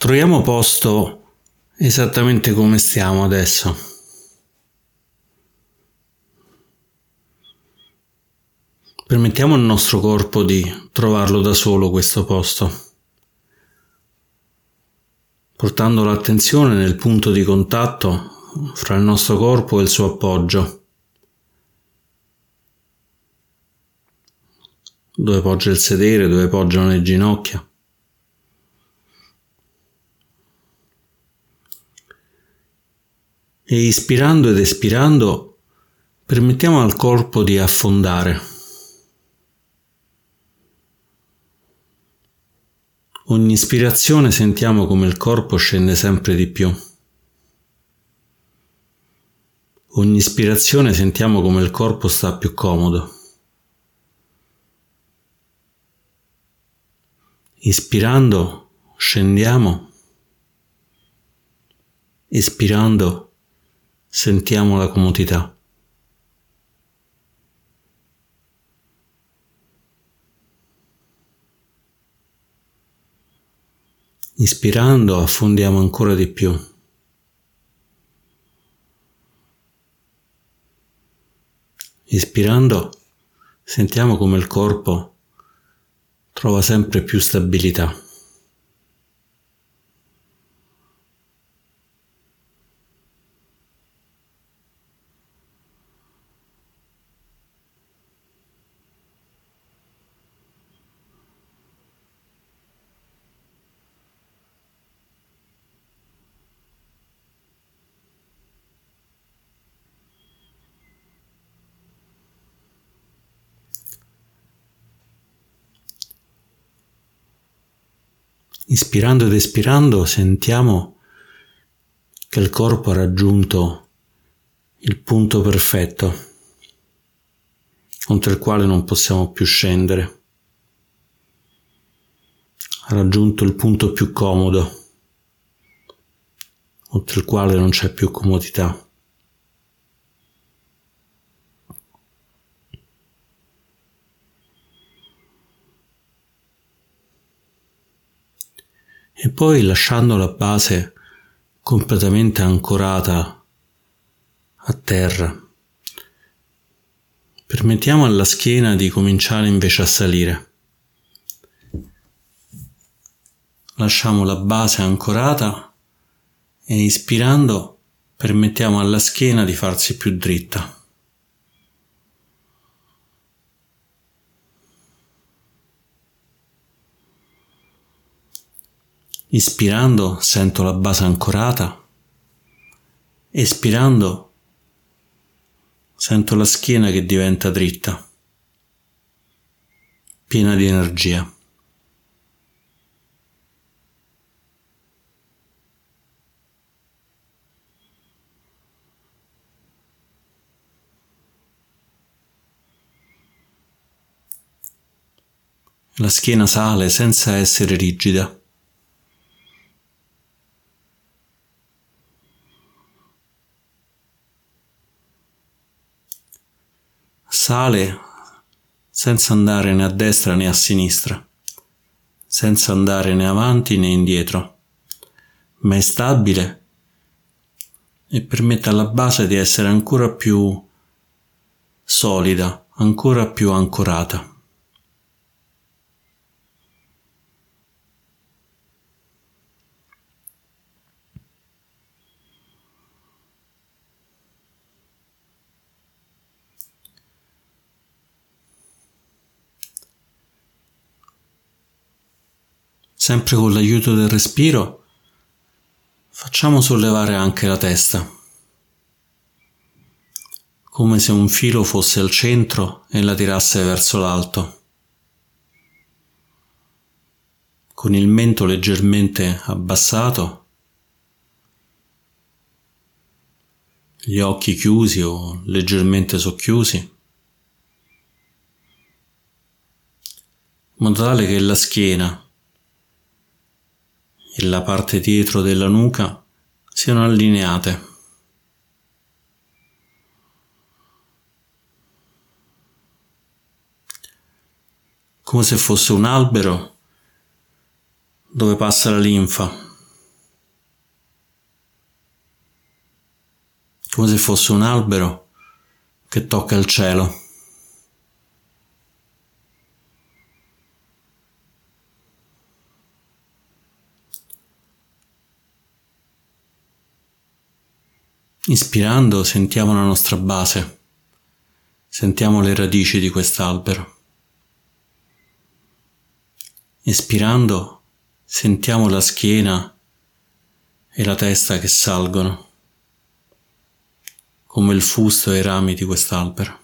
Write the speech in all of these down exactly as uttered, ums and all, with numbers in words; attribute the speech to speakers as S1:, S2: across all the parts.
S1: Troviamo posto esattamente come stiamo adesso. Permettiamo al nostro corpo di trovarlo da solo questo posto, portando l'attenzione nel punto di contatto fra il nostro corpo e il suo appoggio, dove poggia il sedere, dove poggiano le ginocchia. E ispirando ed espirando permettiamo al corpo di affondare. Ogni ispirazione sentiamo come il corpo scende sempre di più. Ogni ispirazione sentiamo come il corpo sta più comodo. Ispirando scendiamo, espirando sentiamo la comodità. Ispirando affondiamo ancora di più. Ispirando sentiamo come il corpo trova sempre più stabilità. Ispirando ed espirando sentiamo che il corpo ha raggiunto il punto perfetto, oltre il quale non possiamo più scendere. Ha raggiunto il punto più comodo, oltre il quale non c'è più comodità. E poi, lasciando la base completamente ancorata a terra, permettiamo alla schiena di cominciare invece a salire. Lasciamo la base ancorata e, ispirando, permettiamo alla schiena di farsi più dritta. Ispirando sento la base ancorata, espirando sento la schiena che diventa dritta, piena di energia. La schiena sale senza essere rigida. Sale senza andare né a destra né a sinistra, senza andare né avanti né indietro, ma è stabile e permette alla base di essere ancora più solida, ancora più ancorata. Sempre con l'aiuto del respiro, facciamo sollevare anche la testa, come se un filo fosse al centro e la tirasse verso l'alto, con il mento leggermente abbassato, gli occhi chiusi o leggermente socchiusi, in modo tale che la schiena e la parte dietro della nuca siano allineate. Come se fosse un albero dove passa la linfa come se fosse un albero che tocca il cielo. Ispirando sentiamo la nostra base, sentiamo le radici di quest'albero. Espirando sentiamo la schiena e la testa che salgono, come il fusto e i rami di quest'albero.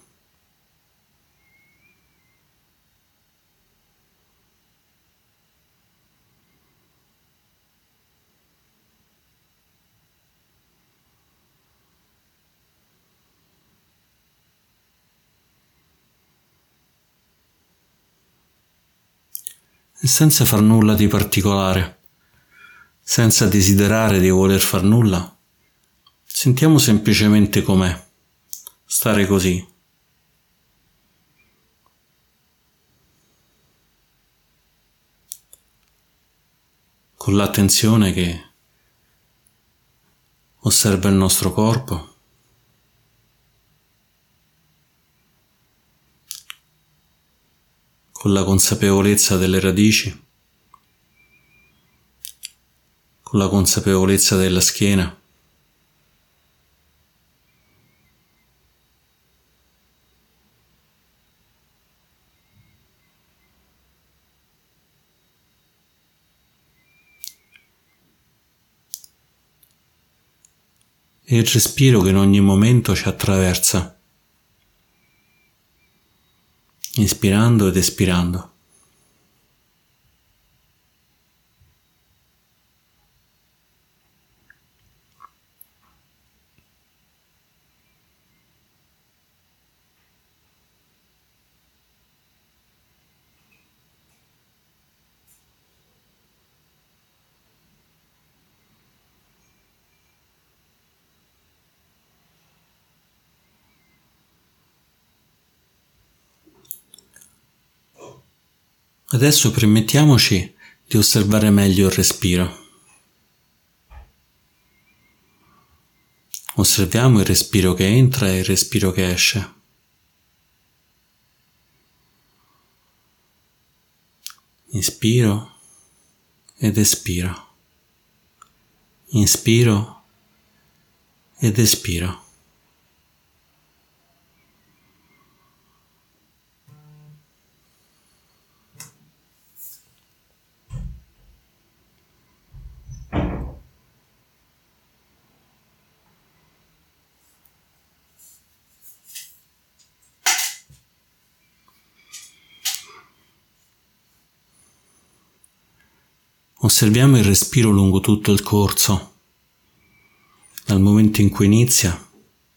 S1: E senza far nulla di particolare, senza desiderare di voler far nulla, sentiamo semplicemente com'è, stare così. Con l'attenzione che osserva il nostro corpo, con la consapevolezza delle radici, con la consapevolezza della schiena. E il respiro che in ogni momento ci attraversa, inspirando ed espirando. Adesso permettiamoci di osservare meglio il respiro. Osserviamo il respiro che entra e il respiro che esce. Inspiro ed espiro. Inspiro ed espiro. Osserviamo il respiro lungo tutto il corso, dal momento in cui inizia,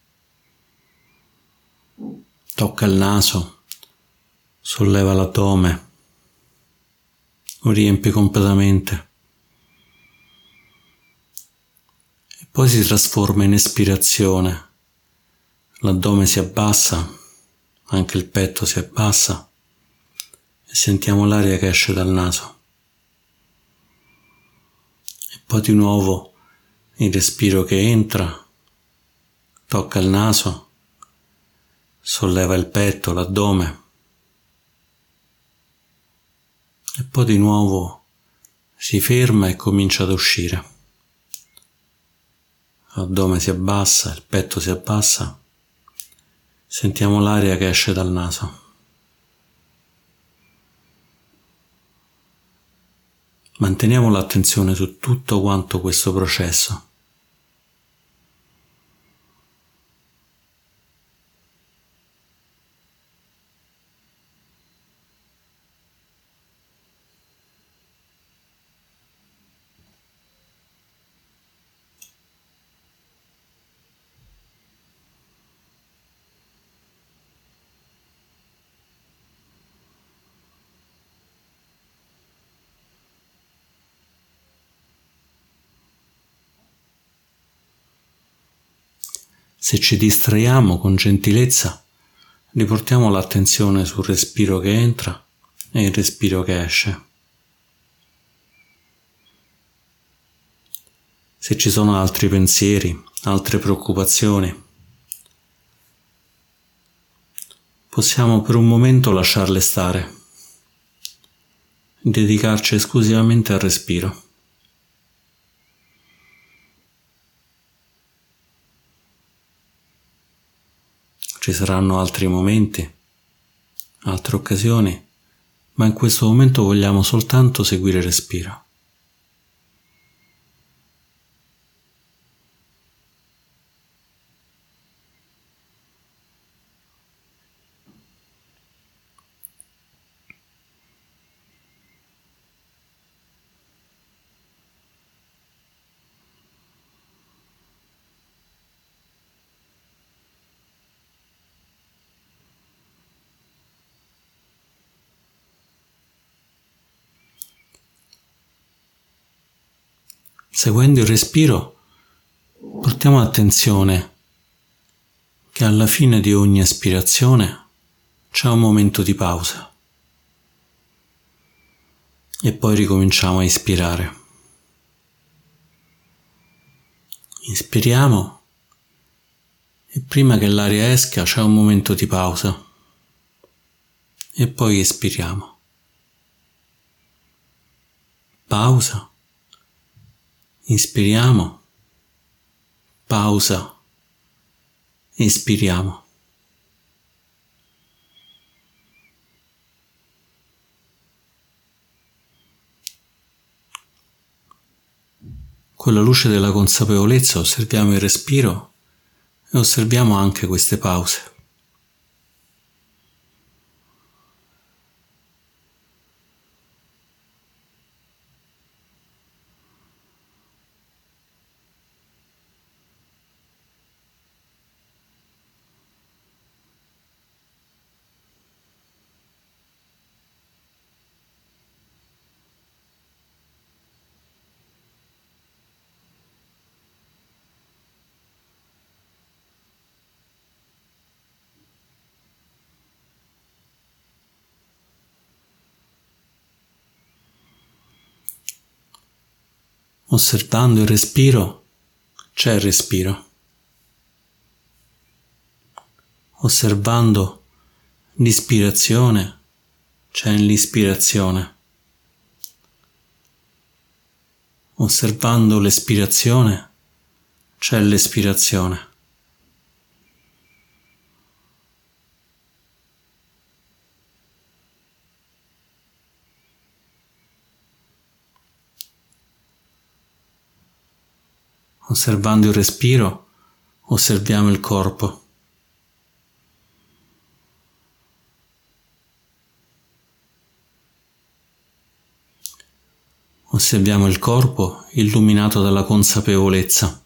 S1: tocca il naso, solleva l'addome, lo riempie completamente e poi si trasforma in espirazione. L'addome si abbassa, anche il petto si abbassa e sentiamo l'aria che esce dal naso. Poi di nuovo il respiro che entra, tocca il naso, solleva il petto, l'addome e poi di nuovo si ferma e comincia ad uscire. L'addome si abbassa, il petto si abbassa, sentiamo l'aria che esce dal naso. Manteniamo l'attenzione su tutto quanto questo processo. Se ci distraiamo con gentilezza, riportiamo l'attenzione sul respiro che entra e il respiro che esce. Se ci sono altri pensieri, altre preoccupazioni, possiamo per un momento lasciarle stare, dedicarci esclusivamente al respiro. Ci saranno altri momenti, altre occasioni, ma in questo momento vogliamo soltanto seguire il respiro. Seguendo il respiro, portiamo attenzione che alla fine di ogni espirazione c'è un momento di pausa e poi ricominciamo a ispirare. Inspiriamo e prima che l'aria esca c'è un momento di pausa e poi espiriamo. Pausa. Inspiriamo, pausa, espiriamo. Con la luce della consapevolezza osserviamo il respiro e osserviamo anche queste pause. Osservando il respiro, c'è il respiro. Osservando l'ispirazione, c'è l'ispirazione. Osservando l'espirazione, c'è l'espirazione. Osservando il respiro, osserviamo il corpo. Osserviamo il corpo illuminato dalla consapevolezza.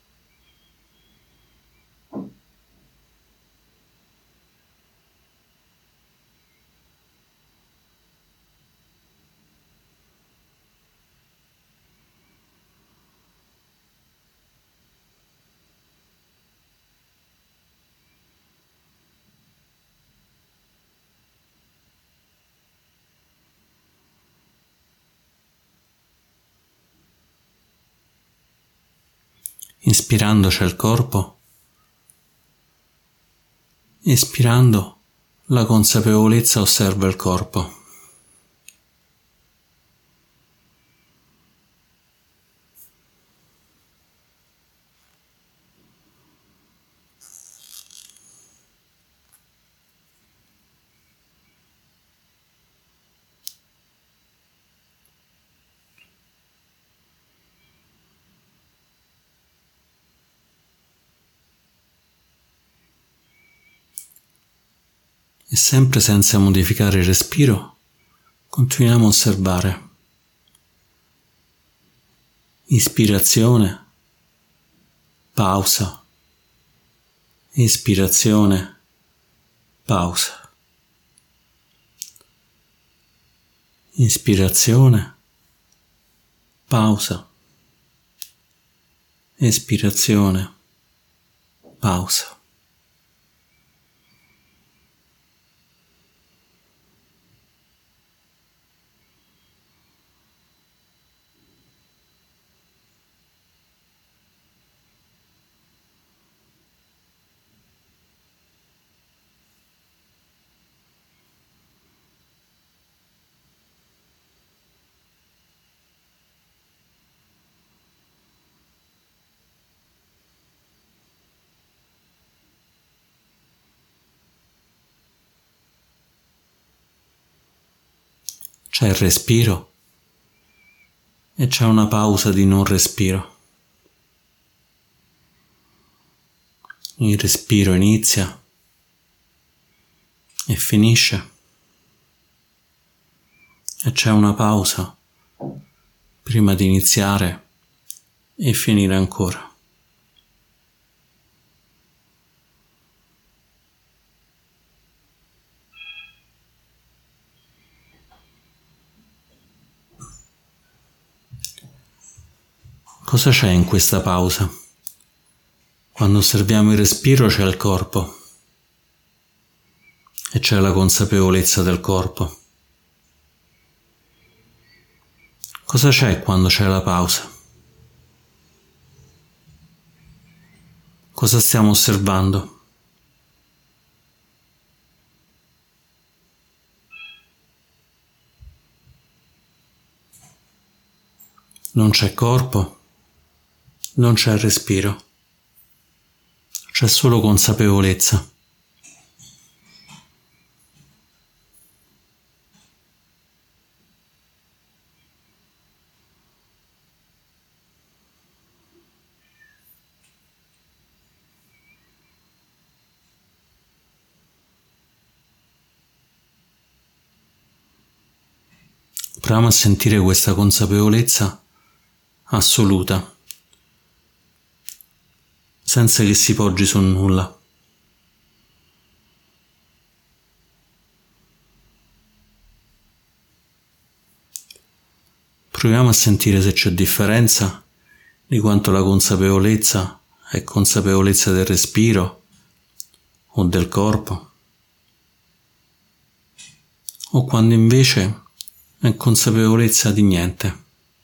S1: Inspirando c'è il corpo, espirando la consapevolezza osserva il corpo. E sempre senza modificare il respiro, continuiamo a osservare. Ispirazione, pausa, ispirazione, pausa. Ispirazione, pausa, espirazione, pausa. c'è il respiro e c'è una pausa di non respiro. Il respiro inizia e finisce e c'è una pausa prima di iniziare e finire ancora. Cosa c'è in questa pausa? Quando osserviamo il respiro c'è il corpo e c'è la consapevolezza del corpo. Cosa c'è quando c'è la pausa? Cosa stiamo osservando? Non c'è corpo, non c'è respiro, c'è solo consapevolezza. Proviamo a sentire questa consapevolezza assoluta, senza che si poggi su nulla. Proviamo a sentire se c'è differenza di quanto la consapevolezza è consapevolezza del respiro o del corpo, o quando invece è consapevolezza di niente.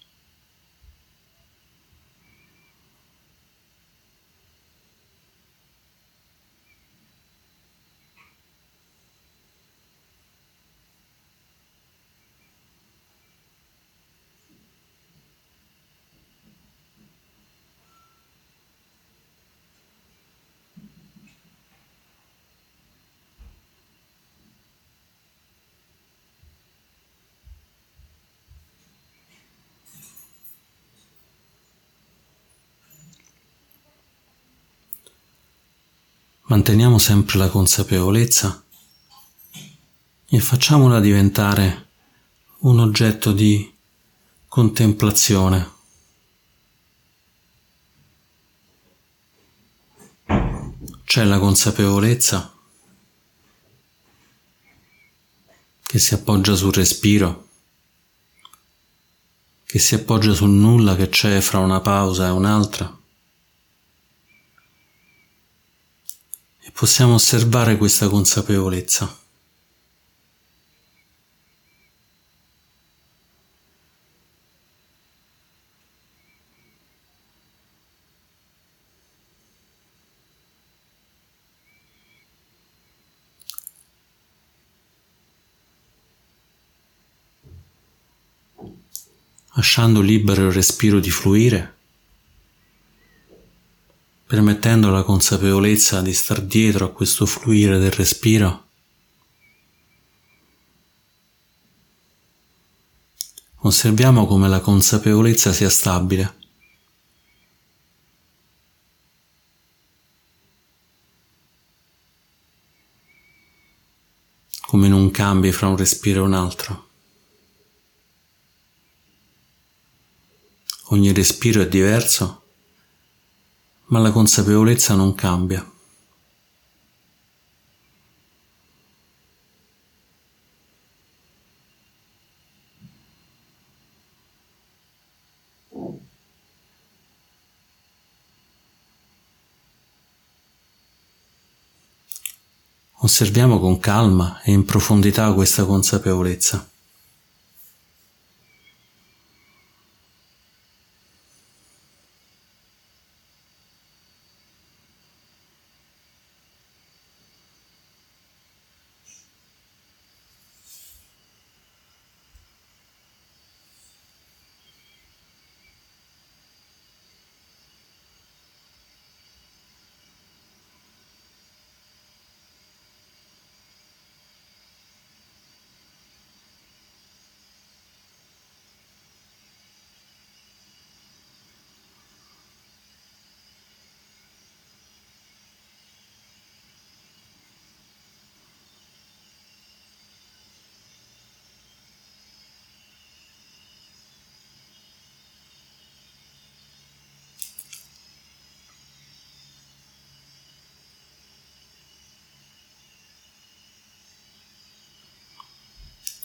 S1: Manteniamo sempre la consapevolezza e facciamola diventare un oggetto di contemplazione. C'è la consapevolezza che si appoggia sul respiro, che si appoggia sul nulla che c'è fra una pausa e un'altra. E possiamo osservare questa consapevolezza. Lasciando libero il respiro di fluire, permettendo alla consapevolezza di star dietro a questo fluire del respiro. Osserviamo come la consapevolezza sia stabile. Come non cambi fra un respiro e un altro. Ogni respiro è diverso, ma la consapevolezza non cambia. Osserviamo con calma e in profondità questa consapevolezza.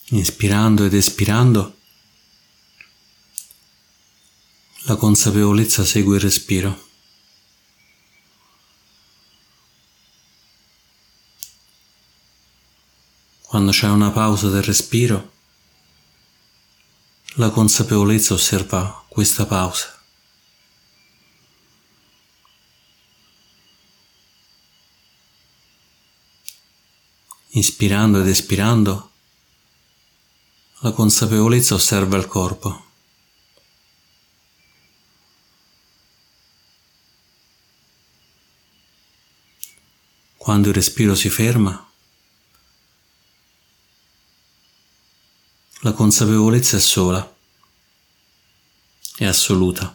S1: Inspirando ed espirando, la consapevolezza segue il respiro. Quando c'è una pausa del respiro, la consapevolezza osserva questa pausa. Inspirando ed espirando, la consapevolezza osserva il corpo. Quando il respiro si ferma, la consapevolezza è sola, è assoluta.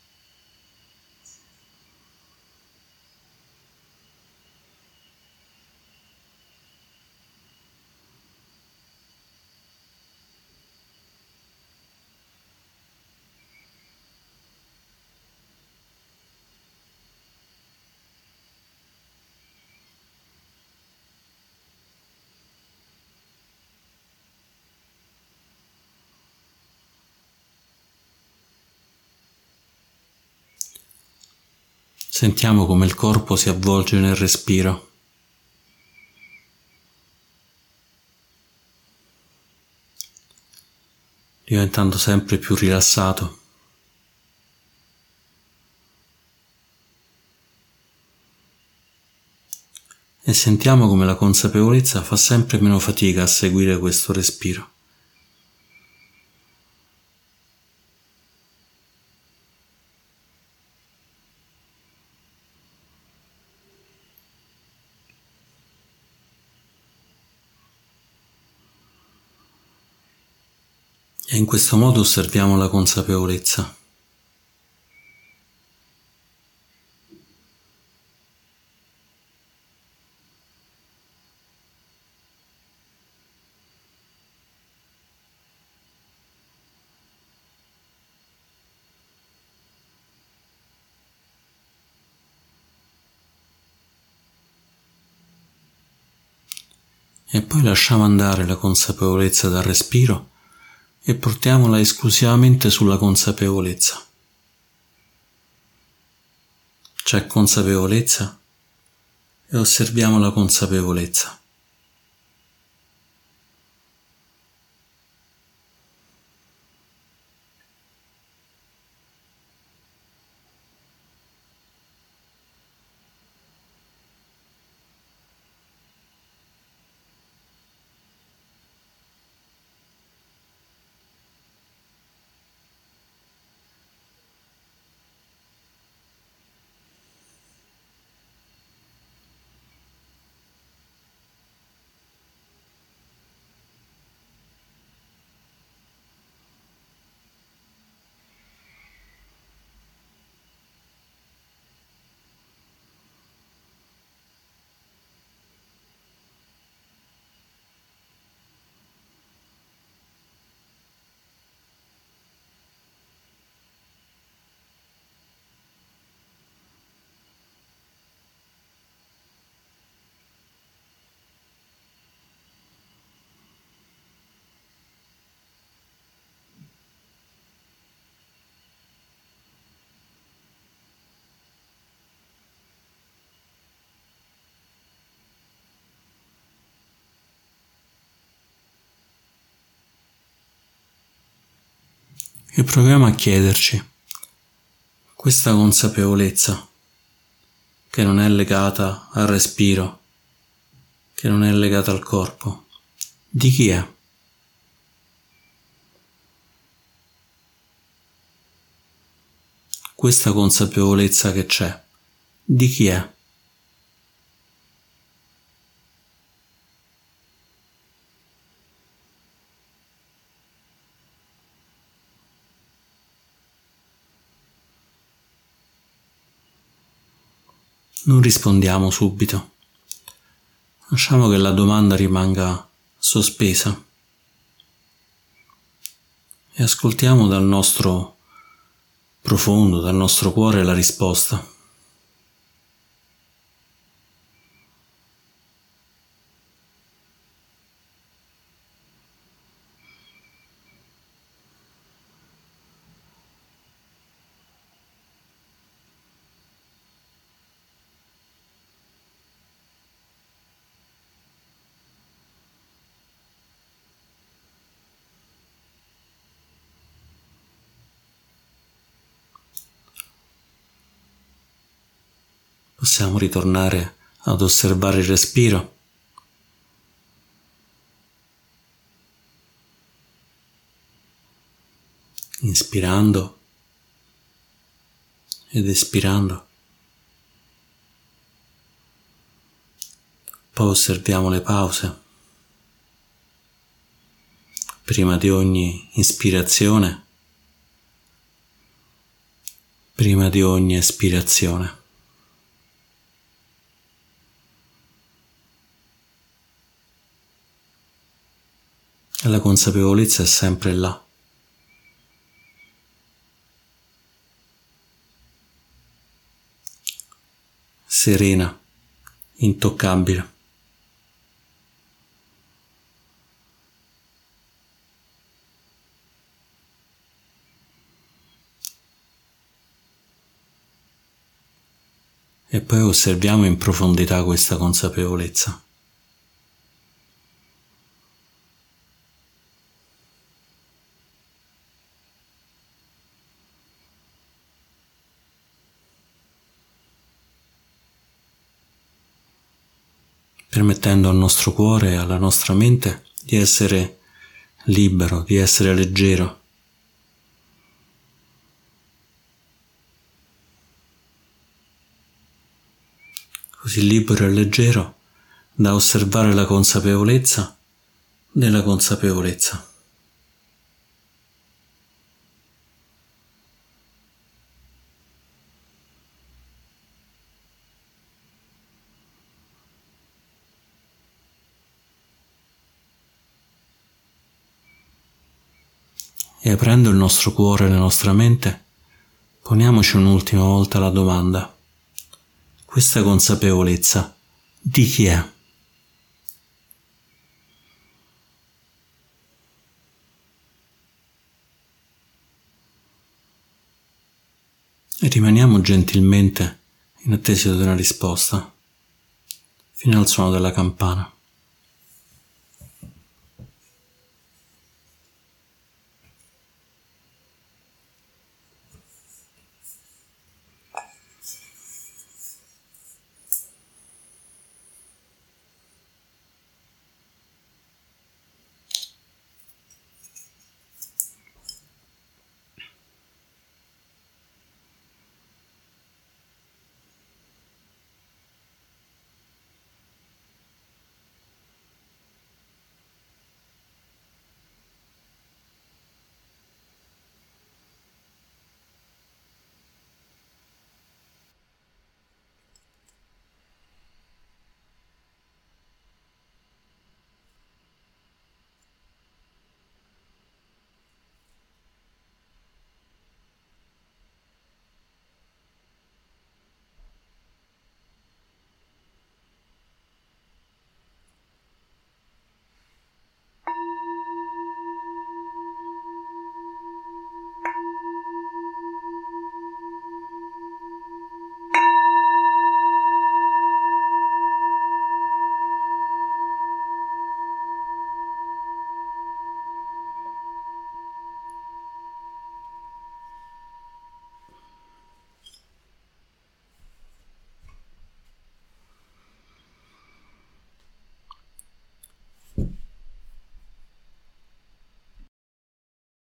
S1: Sentiamo come il corpo si avvolge nel respiro. Diventando sempre più rilassato. E sentiamo come la consapevolezza fa sempre meno fatica a seguire questo respiro. E in questo modo osserviamo la consapevolezza. E poi lasciamo andare la consapevolezza dal respiro e portiamola esclusivamente sulla consapevolezza. C'è consapevolezza e osserviamo la consapevolezza. E proviamo a chiederci, questa consapevolezza che non è legata al respiro, che non è legata al corpo, di chi è? Questa consapevolezza che c'è, di chi è? Non rispondiamo subito. Lasciamo che la domanda rimanga sospesa e ascoltiamo dal nostro profondo, dal nostro cuore la risposta. possiamo ritornare ad osservare il respiro. Inspirando ed espirando. Poi osserviamo le pause. Prima di ogni ispirazione, prima di ogni espirazione. E la consapevolezza è sempre là. Serena, intoccabile. E poi osserviamo in profondità questa consapevolezza. Permettendo al nostro cuore e alla nostra mente di essere libero, di essere leggero. Così libero e leggero da osservare la consapevolezza della consapevolezza. E aprendo il nostro cuore e la nostra mente, poniamoci un'ultima volta la domanda: questa consapevolezza di chi è? E rimaniamo gentilmente in attesa di una risposta, fino al suono della campana.